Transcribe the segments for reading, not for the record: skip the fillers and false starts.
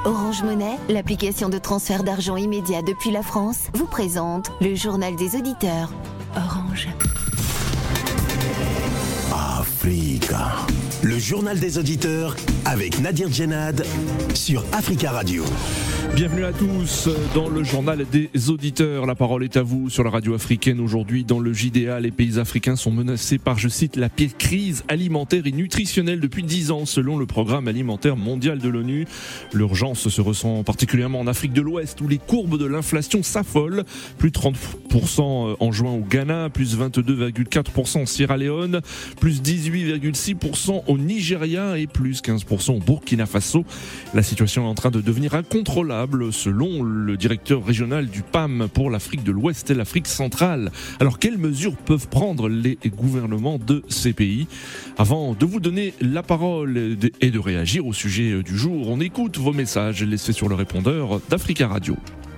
Orange Monnaie, l'application de transfert d'argent immédiat depuis la France, vous présente le journal des auditeurs. Orange. Africa. Le journal des auditeurs avec Nadir Djenad sur Africa Radio. Bienvenue à tous dans le journal des auditeurs. La parole est à vous sur la radio africaine. Aujourd'hui, dans le JDA, les pays africains sont menacés par, je cite, la pire crise alimentaire et nutritionnelle depuis 10 ans, selon le programme alimentaire mondial de l'ONU. L'urgence se ressent particulièrement en Afrique de l'Ouest, où les courbes de l'inflation s'affolent. Plus de 30% en juin au Ghana, plus 22,4% en Sierra Leone, plus 18,6% au Nigeria et plus 15% au Burkina Faso. La situation est en train de devenir incontrôlable, selon le directeur régional du PAM pour l'Afrique de l'Ouest et l'Afrique centrale. Alors, quelles mesures peuvent prendre les gouvernements de ces pays? Avant de vous donner la parole et de réagir au sujet du jour, on écoute vos messages laissés sur le répondeur d'Africa Radio.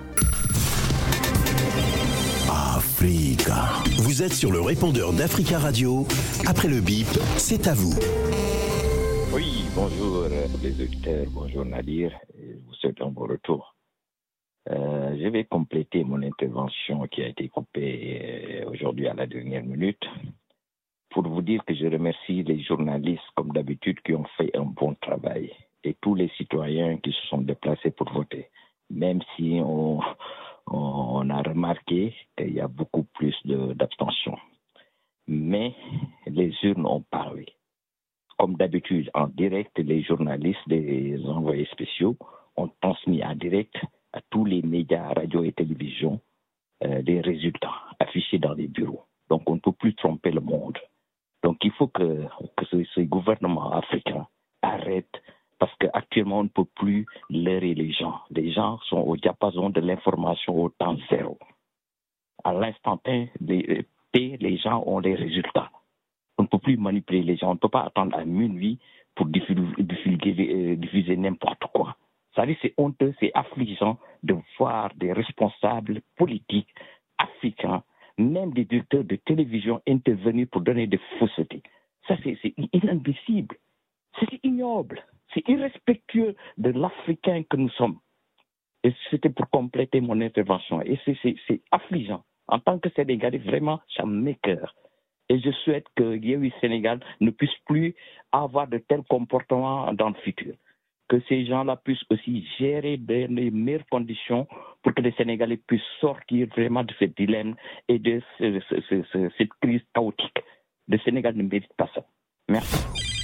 Africa. Vous êtes sur le répondeur d'Africa Radio. Après le bip, c'est à vous. Oui, bonjour les auditeurs, bonjour Nadir, et je vous souhaite un bon retour. Je vais compléter mon intervention qui a été coupée aujourd'hui à la dernière minute pour vous dire que je remercie les journalistes comme d'habitude qui ont fait un bon travail et tous les citoyens qui se sont déplacés pour voter, même si on a remarqué qu'il y a beaucoup plus d'abstention. Mais les urnes ont parlé. Comme d'habitude, en direct, les journalistes, les envoyés spéciaux ont transmis en direct à tous les médias, radio et télévision les résultats affichés dans les bureaux. Donc, on ne peut plus tromper le monde. Donc, il faut que ces gouvernements africains arrêtent parce qu'actuellement, on ne peut plus leurrer les gens. Les gens sont au diapason de l'information au temps zéro. À l'instant T, les gens ont les résultats. On ne peut plus manipuler les gens. On ne peut pas attendre à minuit pour diffuser n'importe quoi. Ça dit, c'est honteux, c'est affligeant de voir des responsables politiques africains, même des directeurs de télévision intervenir pour donner des faussetés. Ça, c'est inadmissible. C'est ignoble. C'est irrespectueux de l'Africain que nous sommes. Et c'était pour compléter mon intervention. Et c'est affligeant. En tant que Sénégalais, vraiment, ça m'écoeure. Et je souhaite que Yewwi Sénégal ne puisse plus avoir de tels comportements dans le futur. Que ces gens-là puissent aussi gérer dans les meilleures conditions pour que les Sénégalais puissent sortir vraiment de ce dilemme et de cette crise chaotique. Le Sénégal ne mérite pas ça. Merci.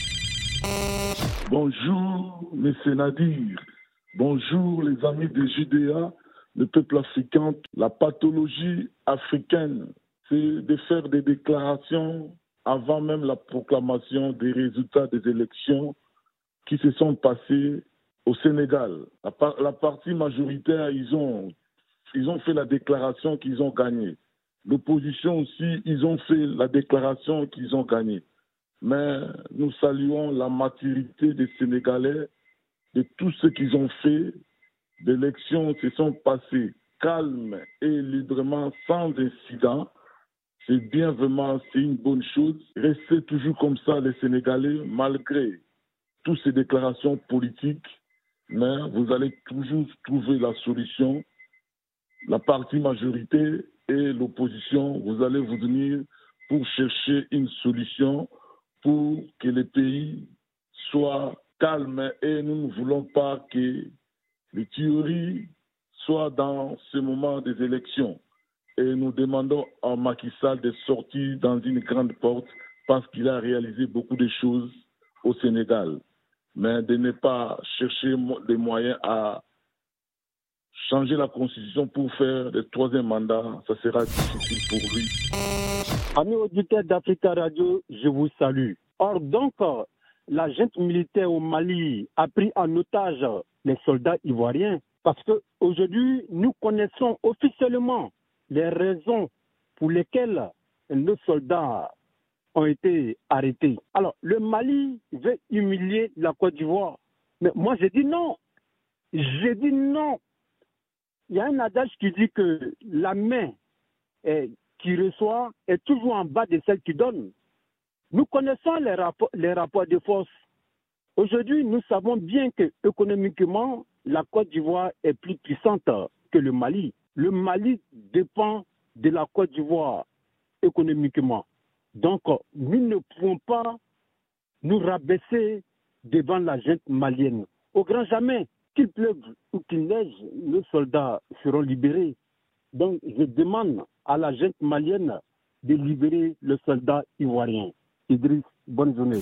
Bonjour, M. Nadir. Bonjour, les amis des JDA, le peuple africain. La pathologie africaine, c'est de faire des déclarations avant même la proclamation des résultats des élections qui se sont passées au Sénégal. La partie majoritaire, ils ont fait la déclaration qu'ils ont gagné. L'opposition aussi, ils ont fait la déclaration qu'ils ont gagné. Mais nous saluons la maturité des Sénégalais, de tout ce qu'ils ont fait. Les élections se sont passées calmes et librement, sans incident. C'est bien vraiment, c'est une bonne chose. Restez toujours comme ça, les Sénégalais, malgré toutes ces déclarations politiques, mais vous allez toujours trouver la solution. La partie majorité et l'opposition, vous allez vous unir pour chercher une solution pour que le pays soit calme et nous ne voulons pas que les tueries soient dans ce moment des élections. Et nous demandons à Macky Sall de sortir dans une grande porte parce qu'il a réalisé beaucoup de choses au Sénégal. Mais de ne pas chercher des moyens à changer la constitution pour faire le troisième mandat, ça sera difficile pour lui. Amis auditeurs d'Africa Radio, je vous salue. Or donc, la junte militaire au Mali a pris en otage les soldats ivoiriens parce qu'aujourd'hui, nous connaissons officiellement les raisons pour lesquelles nos soldats ont été arrêtés. Alors, le Mali veut humilier la Côte d'Ivoire. Mais moi, je dis non. Je dis non. Il y a un adage qui dit que la main qui reçoit est toujours en bas de celle qui donne. Nous connaissons les rapports de force Aujourd'hui, nous savons bien que économiquement, la Côte d'Ivoire est plus puissante que le Mali. Le Mali dépend de la Côte d'Ivoire économiquement. Donc, nous ne pouvons pas nous rabaisser devant la junte malienne. Au grand jamais, qu'il pleuve ou qu'il neige, nos soldats seront libérés. Donc, je demande à la junte malienne de libérer le soldat ivoirien. Idriss, bonne journée.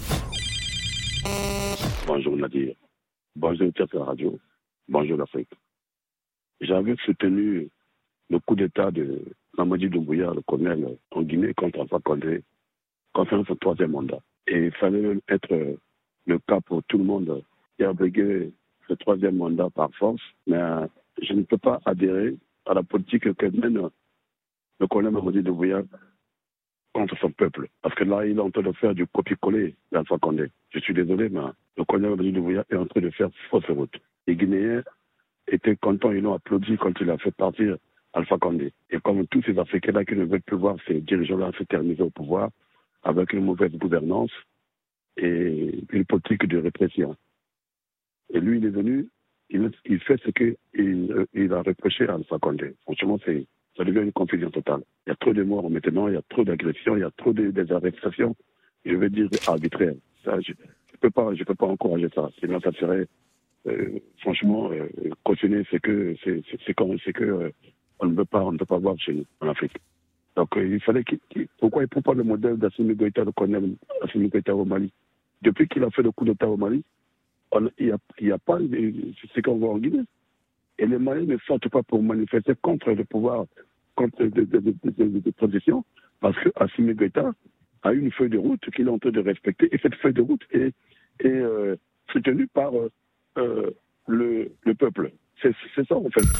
Bonjour Nadir. Bonjour Tchèque Radio. Bonjour l'Afrique. J'avais soutenu le coup d'État de Mamadi Doumbouya, le colonel en Guinée, contre Alpha Condé, concernant son troisième mandat. Et il fallait être le cas pour tout le monde qui a brigué ce troisième mandat par force. Mais je ne peux pas adhérer à la politique que mène le colonel Mamadi Doumbouya contre son peuple. Parce que là, il est en train de faire du copier-coller d'Alpha Condé. Je suis désolé, mais le colonel Mamadi Doumbouya est en train de faire fausse route. Les Guinéens étaient contents, ils l'ont applaudi quand il a fait partir Alpha Condé. Et comme tous ces Africains-là qui ne veulent plus voir ces dirigeants-là s'éterniser au pouvoir avec une mauvaise gouvernance et une politique de répression. Et lui, il est venu, il fait ce qu'il a reproché à Alpha Condé. Franchement, ça devient une confusion totale. Il y a trop de morts maintenant, il y a trop d'agressions, il y a trop d'arrestations, je vais dire arbitraires. Ça, je peux pas encourager ça. Sinon, ça serait franchement cautionner on ne peut pas voir chez nous en Afrique. Donc il fallait pourquoi il ne prend pas le modèle d'Assimi Goïta, le colonel Assimi Goïta au Mali. Depuis qu'il a fait le coup d'État au Mali, il n'y a pas ce qu'on voit en Guinée. Et les Maliens ne sortent pas pour manifester contre le pouvoir, contre de transition, parce que Assimi Goïta a une feuille de route qu'il est en train de respecter, et cette feuille de route est soutenue par le peuple. C'est ça en fait.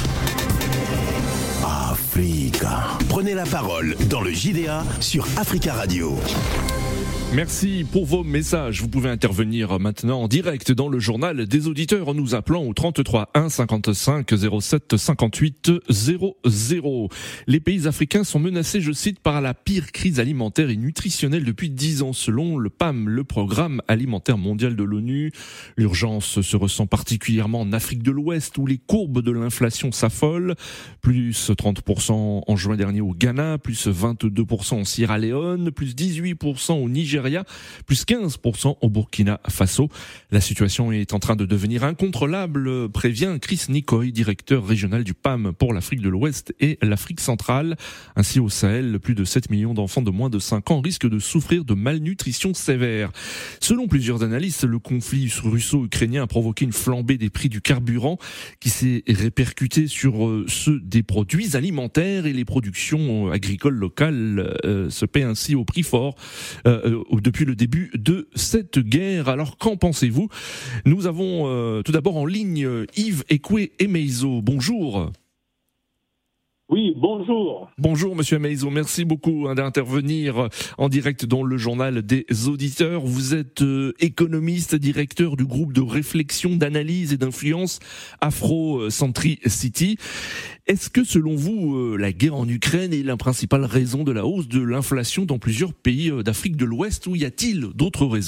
Africa. Prenez la parole dans le JDA sur Africa Radio. Merci pour vos messages. Vous pouvez intervenir maintenant en direct dans le journal des auditeurs en nous appelant au 33 1 55 07 58 00. Les pays africains sont menacés, je cite, par la pire crise alimentaire et nutritionnelle depuis 10 ans selon le PAM, le Programme alimentaire mondial de l'ONU. L'urgence se ressent particulièrement en Afrique de l'Ouest où les courbes de l'inflation s'affolent. Plus 30% en juin dernier au Ghana, plus 22% en Sierra Leone, plus 18% au Nigeria, plus 15% au Burkina Faso. La situation est en train de devenir incontrôlable, prévient Chris Nikoy, directeur régional du PAM pour l'Afrique de l'Ouest et l'Afrique centrale. Ainsi au Sahel, plus de 7 millions d'enfants de moins de 5 ans risquent de souffrir de malnutrition sévère. Selon plusieurs analystes, le conflit russo-ukrainien a provoqué une flambée des prix du carburant qui s'est répercutée sur ceux des produits alimentaires et les productions agricoles locales se paient ainsi au prix fort depuis le début de cette guerre. Alors qu'en pensez-vous ? Nous avons tout d'abord en ligne Yves Ekwe Emeizo. Bonjour. Oui, bonjour. Bonjour Monsieur Emeizo, merci beaucoup d'intervenir en direct dans le journal des auditeurs. Vous êtes économiste, directeur du groupe de réflexion, d'analyse et d'influence Afro-Centricity. Est-ce que selon vous, la guerre en Ukraine est la principale raison de la hausse de l'inflation dans plusieurs pays d'Afrique de l'Ouest ou y a-t-il d'autres raisons ?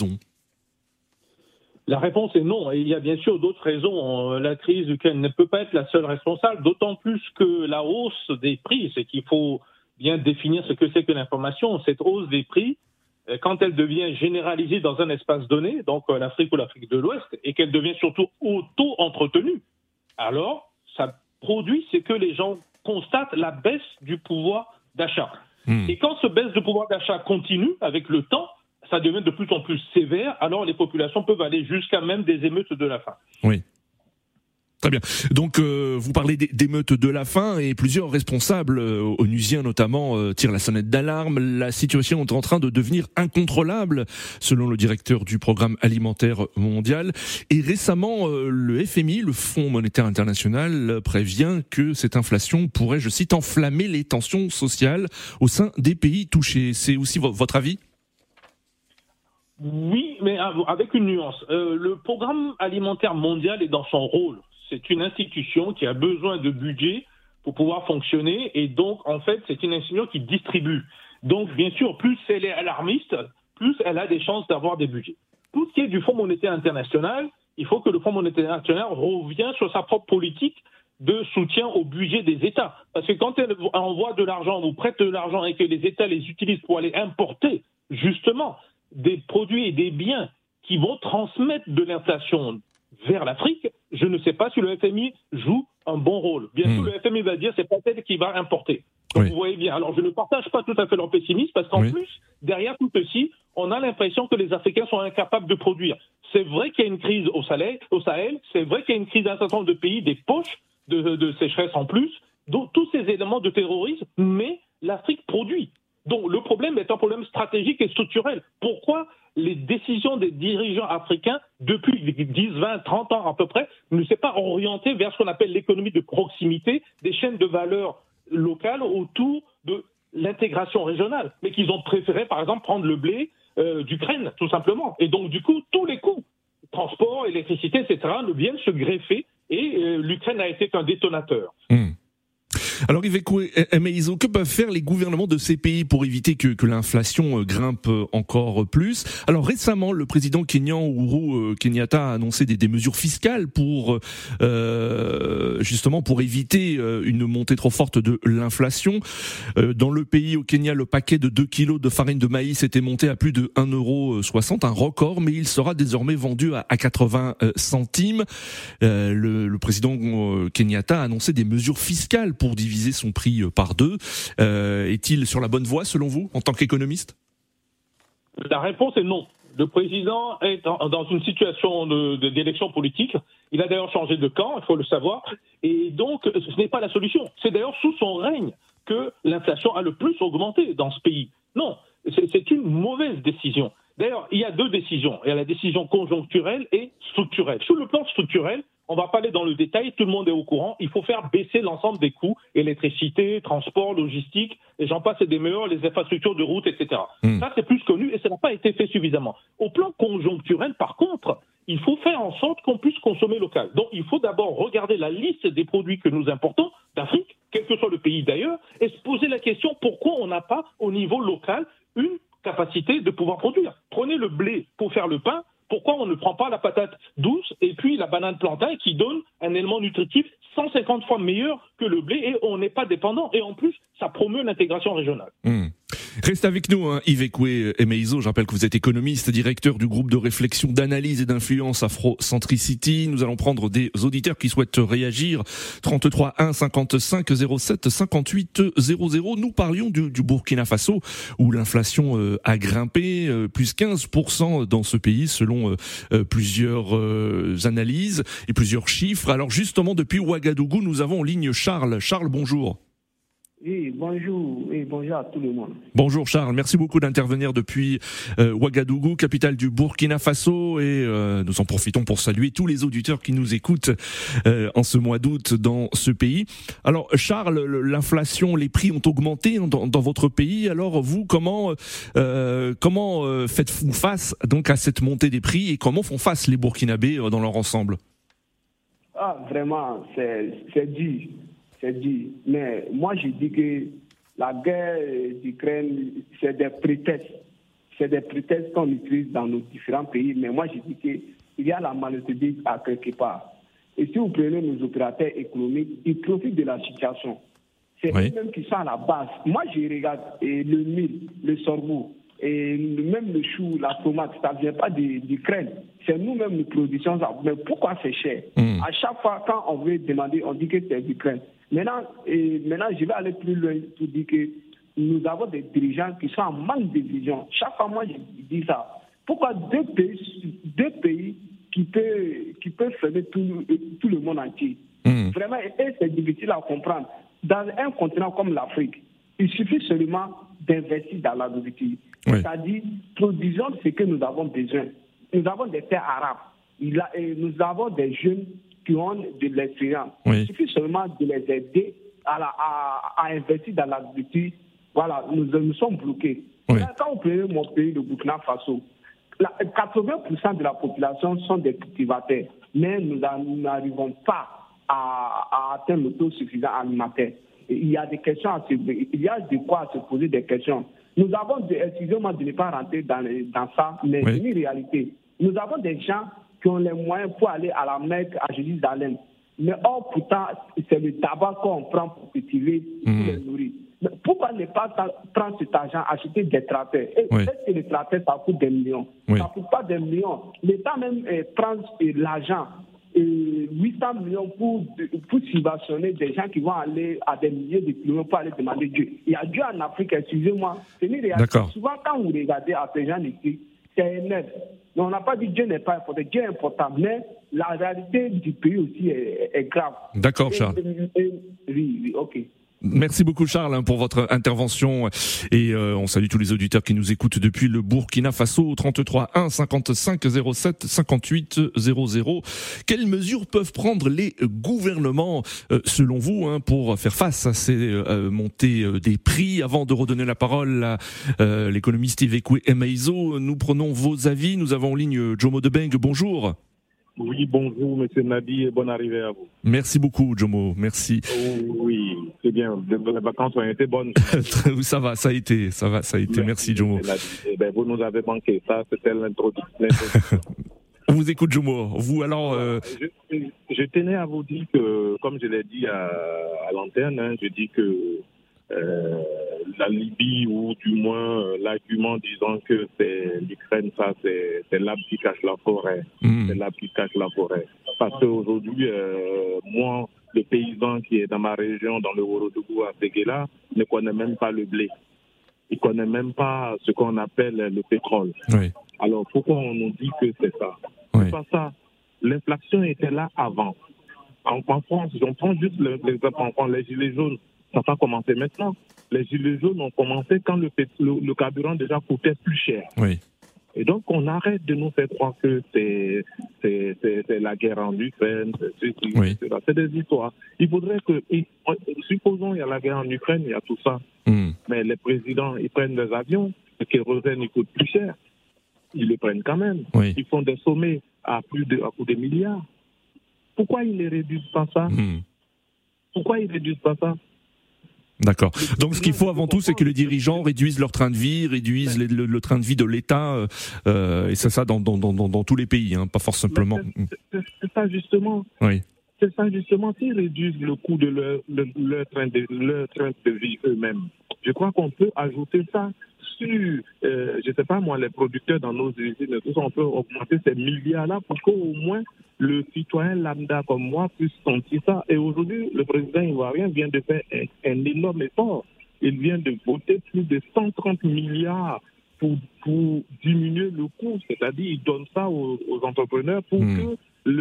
La réponse est non. Et il y a bien sûr d'autres raisons. La crise ukrainienne ne peut pas être la seule responsable, d'autant plus que la hausse des prix, c'est qu'il faut bien définir ce que c'est que l'information. Cette hausse des prix, quand elle devient généralisée dans un espace donné, donc l'Afrique ou l'Afrique de l'Ouest, et qu'elle devient surtout auto-entretenue, alors ça produit, c'est que les gens constatent la baisse du pouvoir d'achat. Et quand ce baisse de pouvoir d'achat continue avec le temps, ça devient de plus en plus sévère, alors les populations peuvent aller jusqu'à même des émeutes de la faim. Oui. Très bien. Donc, vous parlez d'émeutes de la faim et plusieurs responsables, onusiens notamment, tirent la sonnette d'alarme. La situation est en train de devenir incontrôlable, selon le directeur du Programme alimentaire mondial. Et récemment, le FMI, le Fonds monétaire international, prévient que cette inflation pourrait, je cite, enflammer les tensions sociales au sein des pays touchés. C'est aussi votre avis ? Oui, mais avec une nuance. Le Programme alimentaire mondial est dans son rôle. C'est une institution qui a besoin de budget pour pouvoir fonctionner et donc, en fait, c'est une institution qui distribue. Donc, bien sûr, plus elle est alarmiste, plus elle a des chances d'avoir des budgets. Tout ce qui est du Fonds monétaire international, il faut que le Fonds monétaire international revienne sur sa propre politique de soutien au budget des États. Parce que quand elle envoie de l'argent ou prête de l'argent et que les États les utilisent pour aller importer justement des produits et des biens qui vont transmettre de l'inflation vers l'Afrique, je ne sais pas si le FMI joue un bon rôle. Bien sûr, le FMI va dire c'est pas elle qui va importer. Donc vous voyez bien. Alors je ne partage pas tout à fait leur pessimisme parce qu'en plus, derrière tout ceci, on a l'impression que les Africains sont incapables de produire. C'est vrai qu'il y a une crise au Sahel, c'est vrai qu'il y a une crise dans un certain nombre de pays, des poches de sécheresse en plus, donc tous ces éléments de terrorisme, mais l'Afrique produit. Donc le problème est un problème stratégique et structurel. Pourquoi les décisions des dirigeants africains, depuis 10, 20, 30 ans à peu près, ne s'est pas orientées vers ce qu'on appelle l'économie de proximité, des chaînes de valeur locales autour de l'intégration régionale, mais qu'ils ont préféré, par exemple, prendre le blé d'Ukraine, tout simplement. Et donc, du coup, tous les coûts, transport, électricité, etc., viennent se greffer, et l'Ukraine a été qu'un détonateur. Alors Ivekwe Emeizo, que peuvent faire les gouvernements de ces pays pour éviter que l'inflation grimpe encore plus? Alors récemment, le président kenyan Uhuru Kenyatta a annoncé des mesures fiscales pour justement pour éviter une montée trop forte de l'inflation. Dans le pays, au Kenya, le paquet de 2 kilos de farine de maïs était monté à plus de 1,60 €, un record, mais il sera désormais vendu à 80 centimes. Le président Kenyatta a annoncé des mesures fiscales pour diviser son prix par deux. Est-il sur la bonne voie, selon vous, en tant qu'économiste? La réponse est non. Le président est dans une situation d'élection politique. Il a d'ailleurs changé de camp, il faut le savoir. Et donc, ce n'est pas la solution. C'est d'ailleurs sous son règne que l'inflation a le plus augmenté dans ce pays. Non, c'est une mauvaise décision. D'ailleurs, il y a deux décisions. Il y a la décision conjoncturelle et structurelle. Sur le plan structurel, on va pas aller dans le détail, tout le monde est au courant. Il faut faire baisser l'ensemble des coûts, électricité, transport, logistique, et j'en passe et des meilleurs, les infrastructures de route, etc. Ça, c'est plus connu et ça n'a pas été fait suffisamment. Au plan conjoncturel, par contre, il faut faire en sorte qu'on puisse consommer local. Donc, il faut d'abord regarder la liste des produits que nous importons d'Afrique, quel que soit le pays d'ailleurs, et se poser la question pourquoi on n'a pas, au niveau local, une capacité de pouvoir produire. Prenez le blé pour faire le pain. Pourquoi on ne prend pas la patate douce et puis la banane plantain qui donne un élément nutritif 150 fois meilleur que le blé et on n'est pas dépendant. Et en plus, ça promeut l'intégration régionale. Reste avec nous, Ivekwe Emeizo. Je rappelle que vous êtes économiste, directeur du groupe de réflexion, d'analyse et d'influence Afrocentricity. Nous allons prendre des auditeurs qui souhaitent réagir. 33 1 55 07 58 00. Nous parlions du Burkina Faso où l'inflation a grimpé plus 15% dans ce pays selon plusieurs analyses et plusieurs chiffres. Alors justement, depuis Ouagadougou, nous avons en ligne Charles. Charles, bonjour. Oui, bonjour. Oui, bonjour à tout le monde. Bonjour Charles, merci beaucoup d'intervenir depuis Ouagadougou, capitale du Burkina Faso, et nous en profitons pour saluer tous les auditeurs qui nous écoutent en ce mois d'août dans ce pays. Alors Charles, l'inflation, les prix ont augmenté dans votre pays. Alors vous, comment faites-vous face donc à cette montée des prix et comment font face les Burkinabés dans leur ensemble? Ah, vraiment, c'est dur. C'est dit. Mais moi, je dis que la guerre d'Ukraine, c'est des prétextes. C'est des prétextes qu'on utilise dans nos différents pays. Mais moi, je dis qu'il y a la malhonnêteté à quelque part. Et si vous prenez nos opérateurs économiques, ils profitent de la situation. C'est eux-mêmes qui sont à la base. Moi, je regarde le mil, le sorgho, et même le chou, la tomate, ça ne vient pas d'Ukraine. C'est nous-mêmes qui produisons ça. Mais pourquoi c'est cher? À chaque fois, quand on veut demander, on dit que c'est d'Ukraine. Maintenant, je vais aller plus loin pour dire que nous avons des dirigeants qui sont en manque de vision. Chaque fois, moi, je dis ça. Pourquoi deux pays qui peuvent fermer tout le monde entier? Vraiment, et c'est difficile à comprendre. Dans un continent comme l'Afrique, il suffit seulement d'investir dans l'agriculture. C'est-à-dire, produisons ce que nous avons besoin. Nous avons des terres arabes. Nous avons des jeunes qui ont de l'expérience. Il suffit seulement de les aider à investir dans l'agriculture. Voilà, nous sommes bloqués. Quand vous prenez mon pays, le Burkina Faso, 80% de la population sont des cultivateurs, mais nous n'arrivons pas à atteindre l'autosuffisance alimentaire. Il y a des questions il y a de quoi se poser des questions. Nous avons, excusez-moi de ne pas rentrer dans ça, mais c'est une réalité. Nous avons des gens qui ont les moyens pour aller à la Mecque, à Jérusalem. Mais pourtant, c'est le tabac qu'on prend pour cultiver, pour les nourrir. Mais pourquoi ne pas prendre cet argent, acheter des tracteurs? Et peut-être que les tracteurs, ça coûte des millions. Ça ne coûte pas des millions. L'État même prend l'argent, 800 millions pour subventionner des gens qui vont aller à des milliers de kilomètres pour aller demander Dieu. Il y a Dieu en Afrique, excusez-moi. C'est une réalité. Souvent, quand vous regardez à ces gens ici, c'est énorme. Mais on n'a pas dit Dieu n'est pas important. Dieu est important, mais la réalité du pays aussi est grave. D'accord, Charles. Oui, ok. Merci beaucoup Charles pour votre intervention et on salue tous les auditeurs qui nous écoutent depuis le Burkina Faso au 33 1 55 07 58 00. Quelles mesures peuvent prendre les gouvernements selon vous pour faire face à ces montées des prix? Avant de redonner la parole à l'économiste Ivekwe Emeizo, nous prenons vos avis. Nous avons en ligne Jomo Debeng. Bonjour. Oui, bonjour, monsieur Nadi, et bonne arrivée à vous. Merci beaucoup, Jomo, merci. Oui, c'est bien, les vacances ont été bonnes. Ça a été, merci, Jomo. Vous nous avez manqué, ça, c'était l'introduction. On vous écoute, Jomo. Vous, alors... Je tenais à vous dire que, comme je l'ai dit à l'antenne, je dis que la Libye, ou du moins l'argument disant que c'est l'Ukraine, ça c'est l'arbre qui cache la forêt. C'est l'arbre qui cache la forêt. Parce qu'aujourd'hui, moi, le paysan qui est dans ma région, dans le Ourodougou à Séguéla, ne connaît même pas le blé. Il ne connaît même pas ce qu'on appelle le pétrole. Oui. Alors pourquoi on nous dit que c'est ça? C'est pas ça. L'inflation était là avant. En France, on prend juste l'exemple en France, les gilets jaunes. Ça n'a pas commencé maintenant. Les gilets jaunes ont commencé quand le carburant déjà coûtait plus cher. Oui. Et donc, on arrête de nous faire croire que c'est la guerre en Ukraine, c'est des histoires. Il faudrait que, supposons il y a la guerre en Ukraine, il y a tout ça, mais les présidents, ils prennent des avions, le kérosène, il coûte plus cher. Ils le prennent quand même. Oui. Ils font des sommets à coût de milliards. Pourquoi ils ne réduisent pas ça? Pourquoi ils ne réduisent pas ça? D'accord. Donc ce qu'il faut avant tout, c'est que les dirigeants réduisent leur train de vie, réduisent le train de vie de l'État, et c'est ça dans tous les pays, pas forcément. C'est ça justement. Oui. C'est ça justement, s'ils réduisent le coût de leur train de vie eux-mêmes. Je crois qu'on peut ajouter ça sur, je sais pas moi, les producteurs dans nos usines, tout ça, on peut augmenter ces milliards-là pour qu'au moins le citoyen lambda comme moi puisse sentir ça. Et aujourd'hui, le président ivoirien vient de faire un énorme effort. Il vient de voter plus de 130 milliards pour diminuer le coût. C'est-à-dire, il donne ça aux entrepreneurs pour que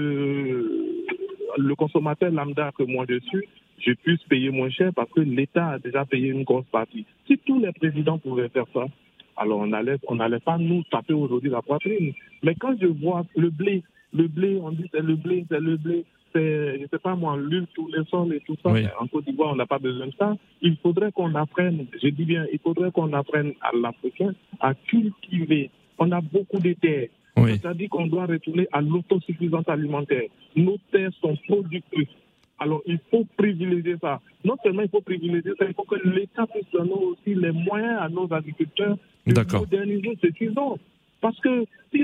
le consommateur lambda que moi je suis, je puisse payer moins cher parce que l'État a déjà payé une grosse partie. Si tous les présidents pouvaient faire ça, alors on n'allait pas nous taper aujourd'hui la poitrine. Mais quand je vois le blé, on dit c'est le blé, c'est, je sais pas moi, l'huile tous les sols et tout ça. Oui. En Côte d'Ivoire, on n'a pas besoin de ça. Il faudrait qu'on apprenne, je dis bien, il faudrait qu'on apprenne à l'Africain à cultiver. On a beaucoup de terres. Oui. C'est-à-dire qu'on doit retourner à l'autosuffisance alimentaire. Nos terres sont productrices. Alors, il faut privilégier ça. Non seulement il faut privilégier ça, il faut que l'État puisse donner aussi les moyens à nos agriculteurs de moderniser ce qu'ils ont. Parce que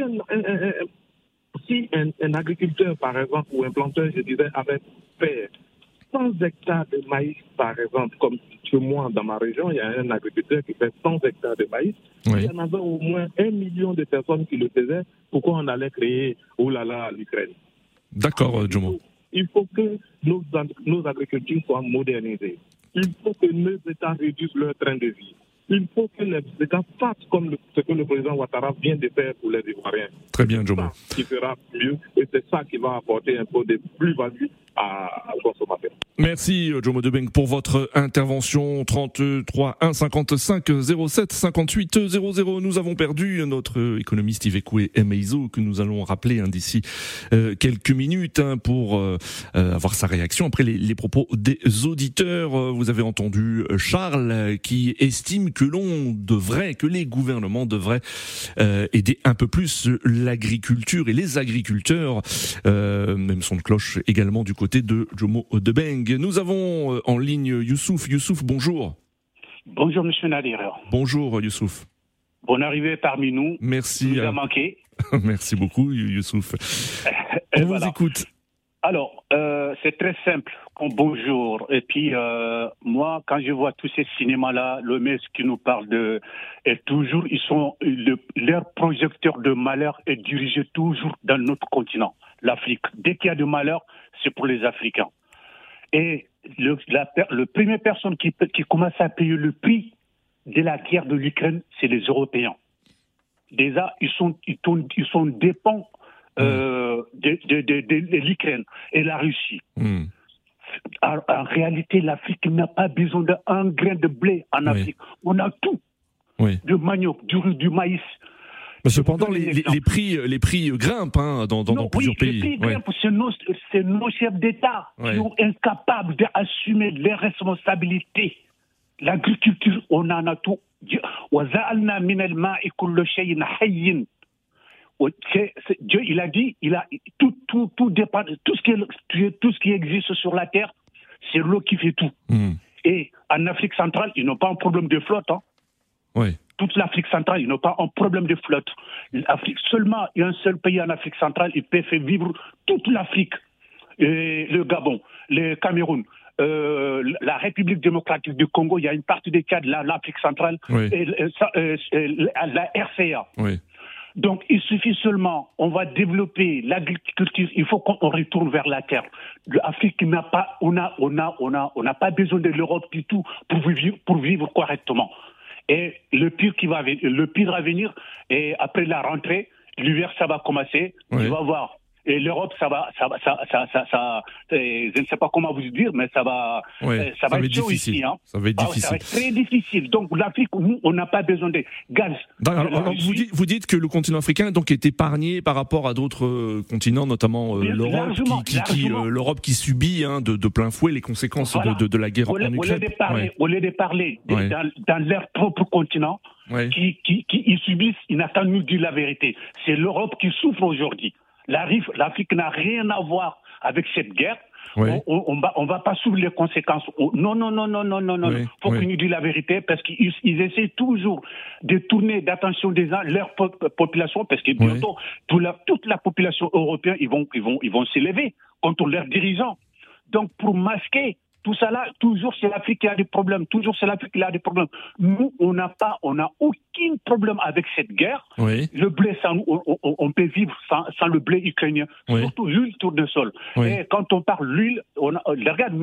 si un agriculteur, par exemple, ou un planteur, je disais, avait fait 100 hectares de maïs, par exemple, comme chez moi, dans ma région, il y a un agriculteur qui fait 100 hectares de maïs. Oui. Il y en avait au moins 1 million de personnes qui le faisaient. Pourquoi on allait créer, l'Ukraine? D'accord, Jomo. Il faut que nos agricultures soient modernisées. Il faut que nos États réduisent leur train de vie. Il faut que les États fassent comme ce que le président Ouattara vient de faire pour les Ivoiriens. Très bien, Jomo. C'est ça qui fera mieux et c'est ça qui va apporter un peu de plus-value aux consommateurs. Merci, Jomo Debeng, pour votre intervention. 33 1 55 07 58 00. Nous avons perdu notre économiste Ivekwe Emeizo, que nous allons rappeler d'ici quelques minutes pour avoir sa réaction après les propos des auditeurs. Vous avez entendu Charles qui estime que les gouvernements devraient aider un peu plus l'agriculture et les agriculteurs. Même son de cloche également du côté de Jomo Debeng. Nous avons en ligne Youssouf. Youssouf, bonjour. Bonjour, monsieur Nadir. Bonjour, Youssouf. Bonne arrivée parmi nous. Merci. Vous nous a manqué. Merci beaucoup, Youssouf. On vous écoute. Alors, c'est très simple. Bonjour. Et puis, moi, quand je vois tous ces cinémas-là, le mec qui nous parle de... Et toujours, leur projecteur de malheur est dirigé toujours dans notre continent, l'Afrique. Dès qu'il y a de malheur, c'est pour les Africains. Et le première personne qui commence à payer le prix de la guerre de l'Ukraine, c'est les Européens. Déjà, ils sont dépendants de l'Ukraine et la Russie. En réalité, l'Afrique n'a pas besoin d'un grain de blé en Afrique. On a tout. Du manioc, du riz, du maïs. Mais cependant, les prix grimpent dans plusieurs pays. Les prix grimpent, c'est nos chefs d'État qui sont incapables d'assumer les responsabilités. L'agriculture, on en a tout. Dieu, il a dit, tout dépend, tout ce qui existe sur la terre, c'est l'eau qui fait tout. Et en Afrique centrale, ils n'ont pas un problème de flotte. Toute l'Afrique centrale, ils n'ont pas un problème de flotte. L'Afrique, seulement, il y a un seul pays en Afrique centrale, il peut faire vivre toute l'Afrique. Le Gabon, le Cameroun, la République démocratique du Congo, il y a une partie des cas de l'Afrique centrale, et la RCA. Donc, il suffit seulement, on va développer l'agriculture, il faut qu'on retourne vers la terre. L'Afrique n'a pas, on n'a pas besoin de l'Europe du tout pour vivre correctement. Et le pire à venir, et après la rentrée, l'hiver, ça va commencer, tu vas voir. Et l'Europe, ça va, je ne sais pas comment vous dire, mais ça va être difficile. Ici, hein. Ça va être difficile. Ça va être très difficile. Donc l'Afrique, nous, on n'a pas besoin de gaz. Alors, vous dites que le continent africain donc est épargné par rapport à d'autres continents, notamment l'Europe qui subit de plein fouet les conséquences de la guerre en Ukraine. Au lieu de parler dans leur propre continent, qui ils subissent, ils n'attendent nous dire la vérité. C'est l'Europe qui souffre aujourd'hui. L'Afrique n'a rien à voir avec cette guerre. On va pas subir les conséquences. Non. Faut qu'ils nous disent la vérité parce qu'ils essaient toujours de tourner d'attention des gens leur population parce que bientôt toute la population européenne ils vont s'élever contre leurs dirigeants. Donc pour masquer tout ça là, toujours c'est l'Afrique qui a des problèmes. Nous, on n'a aucun problème avec cette guerre. Le blé, on peut vivre sans le blé ukrainien. Surtout l'huile tournesol. Et quand on parle l'huile, regarde,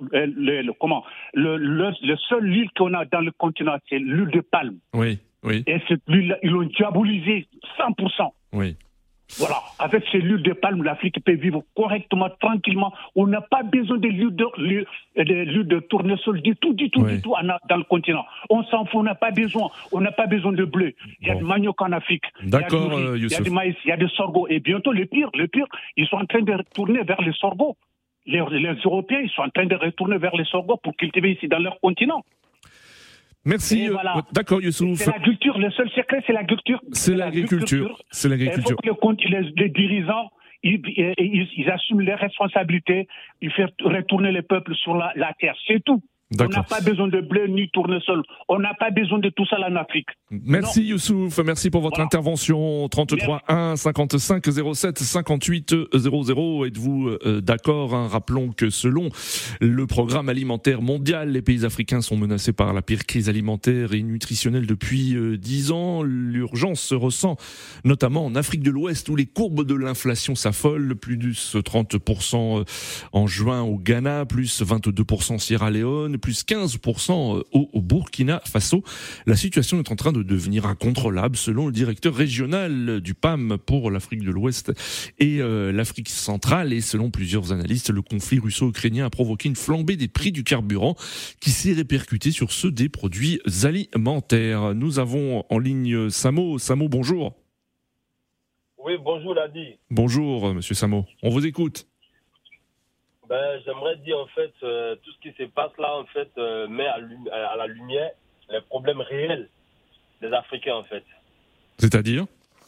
le seul huile qu'on a dans le continent, c'est l'huile de palme. Et cette huile, ils l'ont diabolisée 100%. Voilà, avec ces l'huile de palme, l'Afrique peut vivre correctement, tranquillement. On n'a pas besoin de l'huile de tournesol du tout dans le continent. On s'en fout, on n'a pas besoin. On n'a pas besoin de bleu. Il y a du manioc en Afrique. D'accord, il y a du maïs, il y a du sorgho. Et bientôt, le pire, ils sont en train de retourner vers le sorgho. Les Européens, ils sont en train de retourner vers le sorgho pour cultiver ici dans leur continent. Merci. Voilà. D'accord, Youssouf. C'est l'agriculture. Le seul secret, c'est l'agriculture. C'est l'agriculture. Il faut que les dirigeants, ils assument leurs responsabilités, ils font retourner le peuple sur la terre. C'est tout. On n'a pas besoin de blé ni tournesol. On n'a pas besoin de tout ça en Afrique. Merci Youssouf, merci pour votre intervention. 33 1 55 07 58 00. Êtes-vous d'accord, Rappelons que selon le programme alimentaire mondial, les pays africains sont menacés par la pire crise alimentaire et nutritionnelle depuis 10 ans. L'urgence se ressent notamment en Afrique de l'Ouest où les courbes de l'inflation s'affolent. Plus de 30% en juin au Ghana, plus 22% en Sierra Leone, plus 15% au Burkina Faso. La situation est en train de devenir incontrôlable selon le directeur régional du PAM pour l'Afrique de l'Ouest et l'Afrique centrale. Et selon plusieurs analystes, le conflit russo-ukrainien a provoqué une flambée des prix du carburant qui s'est répercutée sur ceux des produits alimentaires. Nous avons en ligne Samo. Samo, bonjour. Oui, bonjour Ladi. Bonjour Monsieur Samo, on vous écoute. J'aimerais dire en fait, tout ce qui se passe là en fait met à la lumière les problèmes réels des Africains en fait. C'est-à-dire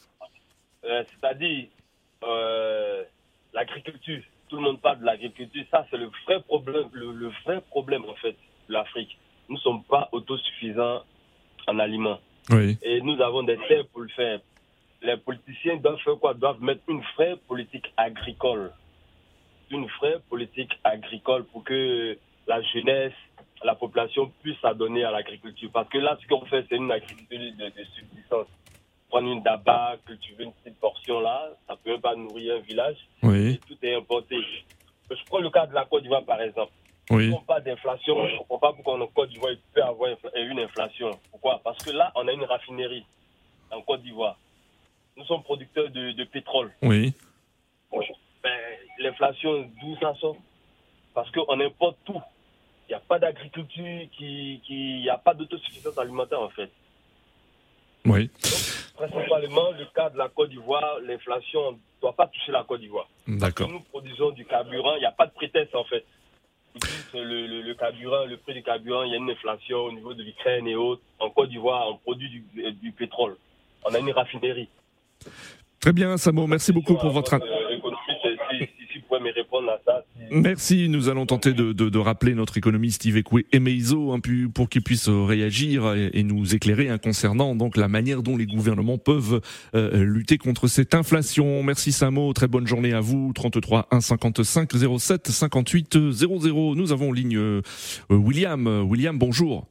l'agriculture. Tout le monde parle de l'agriculture. Ça c'est le vrai problème, le vrai problème en fait de l'Afrique. Nous ne sommes pas autosuffisants en aliments. Oui. Et nous avons des terres pour le faire. les politiciens doivent faire quoi? Doivent mettre une vraie politique agricole. Une vraie politique agricole pour que la jeunesse, la population puisse s'adonner à l'agriculture. Parce que là, ce qu'on fait, c'est une agriculture de subsistance. Prendre une daba, cultiver une petite portion là, ça ne peut même pas nourrir un village. Oui. Et tout est importé. Je prends le cas de la Côte d'Ivoire, par exemple. Oui. Ils n'ont pas d'inflation. Je ne comprends pas pourquoi en Côte d'Ivoire, il peut avoir une inflation. Pourquoi? Parce que là, on a une raffinerie en Côte d'Ivoire. Nous sommes producteurs de pétrole. Oui. L'inflation, d'où ça sort? Parce qu'on importe tout. Il n'y a pas d'agriculture, il n'y a pas d'autosuffisance alimentaire, en fait. Oui. Donc, principalement, le cas de la Côte d'Ivoire, l'inflation ne doit pas toucher la Côte d'Ivoire. D'accord. Parce que nous produisons du carburant, il n'y a pas de prétexte, en fait. Le carburant, le prix du carburant, il y a une inflation au niveau de l'Ukraine et autres. En Côte d'Ivoire, on produit du pétrole. On a une raffinerie. Très bien, Samo, merci beaucoup pour votre... Si vous pouvez me répondre à ça. Merci, nous allons tenter de rappeler notre économiste Ivekwe Emeizo pour qu'il puisse réagir et nous éclairer concernant donc la manière dont les gouvernements peuvent lutter contre cette inflation. Merci Samo, très bonne journée à vous. 33 1 55 07 58 00. Nous avons en ligne William. William, bonjour.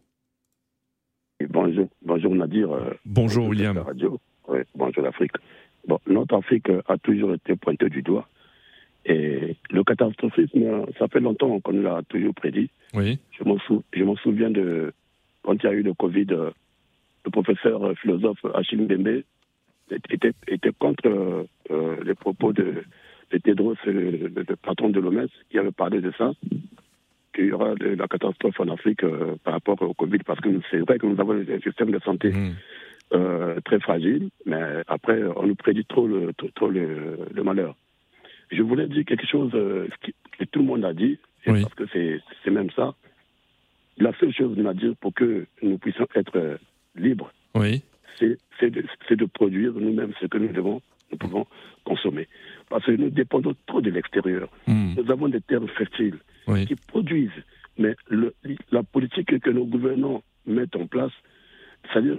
Bonjour Nadir. Bonjour William. Radio. Oui, bonjour l'Afrique. Bon, notre Afrique a toujours été pointée du doigt. Et le catastrophisme, ça fait longtemps qu'on nous l'a toujours prédit. Oui. Je m'en souviens de quand il y a eu le Covid, le professeur philosophe Achille Mbembe était contre les propos de Tedros, le patron de l'OMS, qui avait parlé de ça, qu'il y aura de la catastrophe en Afrique par rapport au Covid, parce que c'est vrai que nous avons un système de santé très fragile, mais après, on nous prédit trop le malheur. Je voulais dire quelque chose que tout le monde a dit, parce que c'est même ça. La seule chose à dire pour que nous puissions être libres, c'est de produire nous-mêmes ce que nous pouvons consommer. Parce que nous dépendons trop de l'extérieur. Nous avons des terres fertiles qui produisent, mais la politique que nos gouvernants mettent en place, c'est-à-dire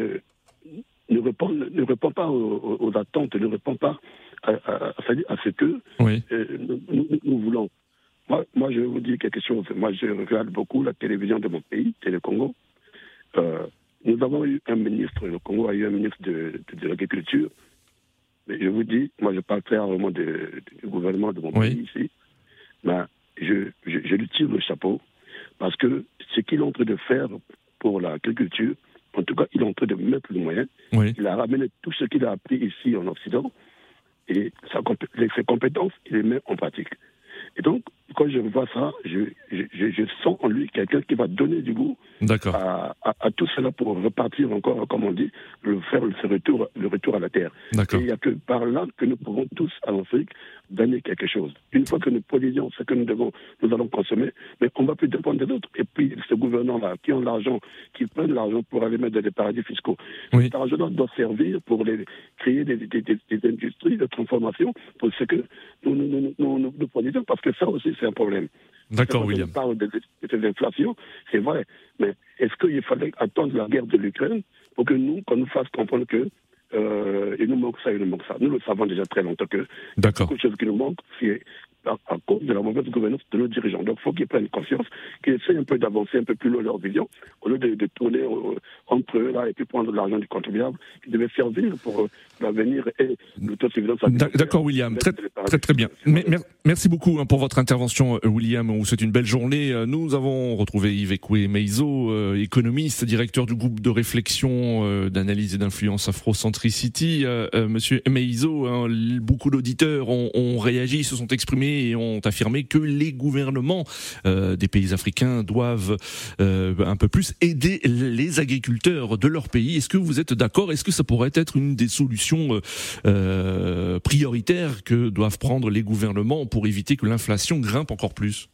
ne répond pas aux attentes, ne répond pas à ce que nous voulons. Moi, je vais vous dire quelque chose. Moi, je regarde beaucoup la télévision de mon pays, Télé Congo. Nous avons eu un ministre, le Congo a eu un ministre de l'agriculture. Mais je vous dis, moi, je parle très rarement du gouvernement de mon pays ici. Mais je lui tire le chapeau parce que ce qu'il est en train de faire pour l'agriculture, en tout cas, il est en train de mettre les moyens. Il a ramené tout ce qu'il a appris ici en Occident et ses compétences, il les met en pratique. Et donc, quand je vois ça, je sens en lui quelqu'un qui va donner du goût à tout cela pour repartir encore, comme on dit, faire le retour à la terre. Et il n'y a que par là que nous pouvons tous, en Afrique, donner quelque chose. Une fois que nous produisons ce que nous allons consommer, mais on ne va plus dépendre des autres. Et puis, ce gouvernement-là, qui ont l'argent, qui prennent l'argent pour aller mettre dans des paradis fiscaux, cet argent-là doit servir pour créer des industries de transformation pour ce que nous produisons, parce que ça aussi, c'est un problème. D'accord, William. On parle de l'inflation, c'est vrai, mais est-ce qu'il fallait attendre la guerre de l'Ukraine pour que qu'on nous fasse comprendre que il nous manque ça, il nous manque ça. Nous le savons déjà très longtemps que quelque chose qui nous manque, c'est à cause de la mauvaise gouvernance de nos dirigeants. Donc il faut qu'ils prennent conscience, qu'ils essaient un peu d'avancer un peu plus loin leur vision, au lieu de tourner entre eux là et puis prendre de l'argent du contribuable qui devait servir pour l'avenir et l'autosuffisance. D'accord, William, très bien. Merci beaucoup pour votre intervention, William. On vous souhaite une belle journée. Nous avons retrouvé Ivekwe Emeizo, économiste, directeur du groupe de réflexion, d'analyse et d'influence Afrocentricity. Monsieur Emeizo, beaucoup d'auditeurs ont réagi, se sont exprimés et ont affirmé que les gouvernements des pays africains doivent un peu plus aider les agriculteurs de leur pays. Est-ce que vous êtes d'accord? Est-ce que ça pourrait être une des solutions prioritaires que doivent prendre les gouvernements pour éviter que l'inflation grimpe encore plus?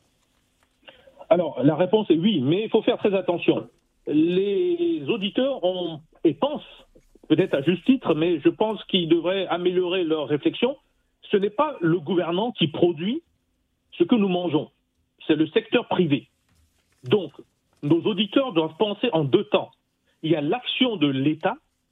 Alors, la réponse est oui, mais il faut faire très attention. Les auditeurs pensent, peut-être à juste titre, mais je pense qu'ils devraient améliorer leur réflexion. Ce n'est pas le gouvernement qui produit ce que nous mangeons, c'est le secteur privé. Donc, nos auditeurs doivent penser en deux temps. Il y a l'action de l'État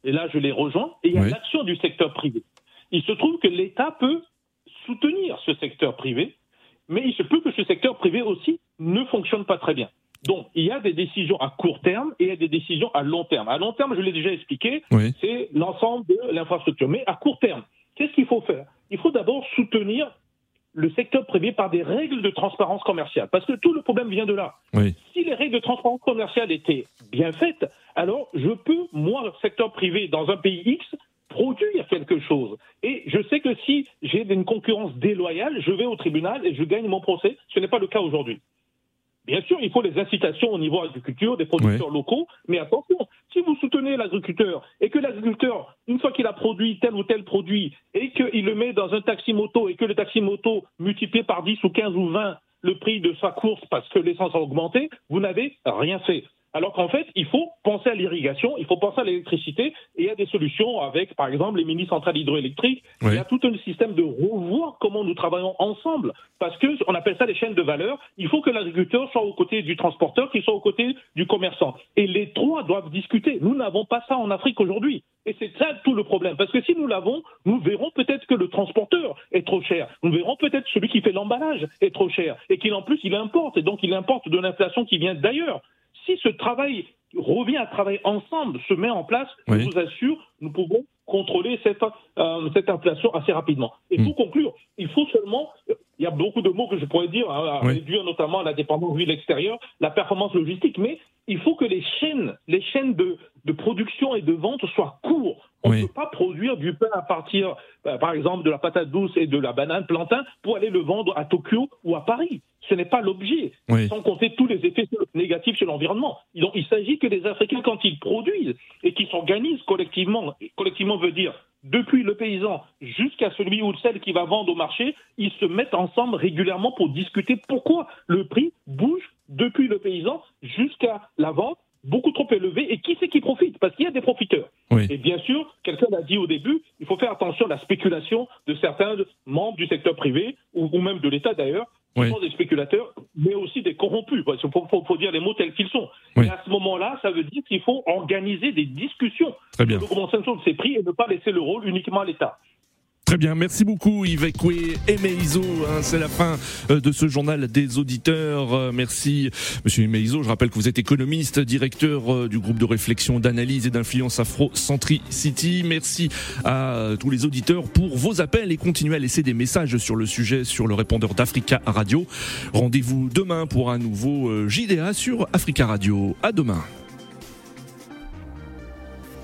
et là je les rejoins, et il y a l'action du secteur privé. Il se trouve que l'État peut soutenir ce secteur privé, mais il se peut que ce secteur privé aussi ne fonctionne pas très bien. Donc, il y a des décisions à court terme et il y a des décisions à long terme. À long terme, je l'ai déjà expliqué, c'est l'ensemble de l'infrastructure. Mais à court terme, qu'est-ce qu'il faut faire? Il faut d'abord soutenir le secteur privé par des règles de transparence commerciale. Parce que tout le problème vient de là. Si les règles de transparence commerciale étaient bien faites, alors je peux, moi, secteur privé, dans un pays X, produire quelque chose. Et je sais que si j'ai une concurrence déloyale, je vais au tribunal et je gagne mon procès. Ce n'est pas le cas aujourd'hui. Bien sûr, il faut des incitations au niveau agriculture, des producteurs locaux, mais attention, si vous soutenez l'agriculteur et que l'agriculteur, une fois qu'il a produit tel ou tel produit et qu'il le met dans un taxi-moto et que le taxi-moto multiplié par 10 ou 15 ou 20 le prix de sa course parce que l'essence a augmenté, vous n'avez rien fait. Alors qu'en fait, il faut penser à l'irrigation, il faut penser à l'électricité, et il y a des solutions avec, par exemple, les mini-centrales hydroélectriques. Il y a tout un système de revoir comment nous travaillons ensemble, parce que on appelle ça les chaînes de valeur. Il faut que l'agriculteur soit aux côtés du transporteur, qu'il soit aux côtés du commerçant. Et les trois doivent discuter. Nous n'avons pas ça en Afrique aujourd'hui. Et c'est ça tout le problème. Parce que si nous l'avons, nous verrons peut-être que le transporteur est trop cher. Nous verrons peut-être celui qui fait l'emballage est trop cher. Et qu'en plus, il importe. Et donc, il importe de l'inflation qui vient d'ailleurs. Si ce travail revient à travailler ensemble, se met en place, je vous assure, nous pouvons contrôler cette inflation assez rapidement. Et pour conclure, il faut seulement, il y a beaucoup de mots que je pourrais dire, réduire notamment à la dépendance de l'extérieur, la performance logistique, mais il faut que les chaînes de production et de vente soient courtes. On ne peut pas produire du pain à partir, par exemple, de la patate douce et de la banane plantain pour aller le vendre à Tokyo ou à Paris. Ce n'est pas l'objet, sans compter tous les effets négatifs sur l'environnement. Donc, il s'agit que les Africains, quand ils produisent et qu'ils s'organisent collectivement veut dire depuis le paysan jusqu'à celui ou celle qui va vendre au marché, ils se mettent ensemble régulièrement pour discuter pourquoi le prix bouge depuis le paysan jusqu'à la vente, beaucoup trop élevé, et qui c'est qui profite? Parce qu'il y a des profiteurs. Et bien sûr, quelqu'un l'a dit au début, il faut faire attention à la spéculation de certains membres du secteur privé, ou même de l'État d'ailleurs, qui sont des spéculateurs, mais aussi des corrompus. Il faut dire les mots tels qu'ils sont. Et à ce moment-là, ça veut dire qu'il faut organiser des discussions sur l'augmentation de ces prix et ne pas laisser le rôle uniquement à l'État. Très bien, merci beaucoup Yves Ekwe Emeizo. C'est la fin de ce journal des auditeurs. Merci Monsieur Emeizo. Je rappelle que vous êtes économiste, directeur du groupe de réflexion, d'analyse et d'influence Afrocentricity. Merci à tous les auditeurs pour vos appels et continuez à laisser des messages sur le sujet sur le répondeur d'Africa Radio. Rendez-vous demain pour un nouveau JDA sur Africa Radio. À demain.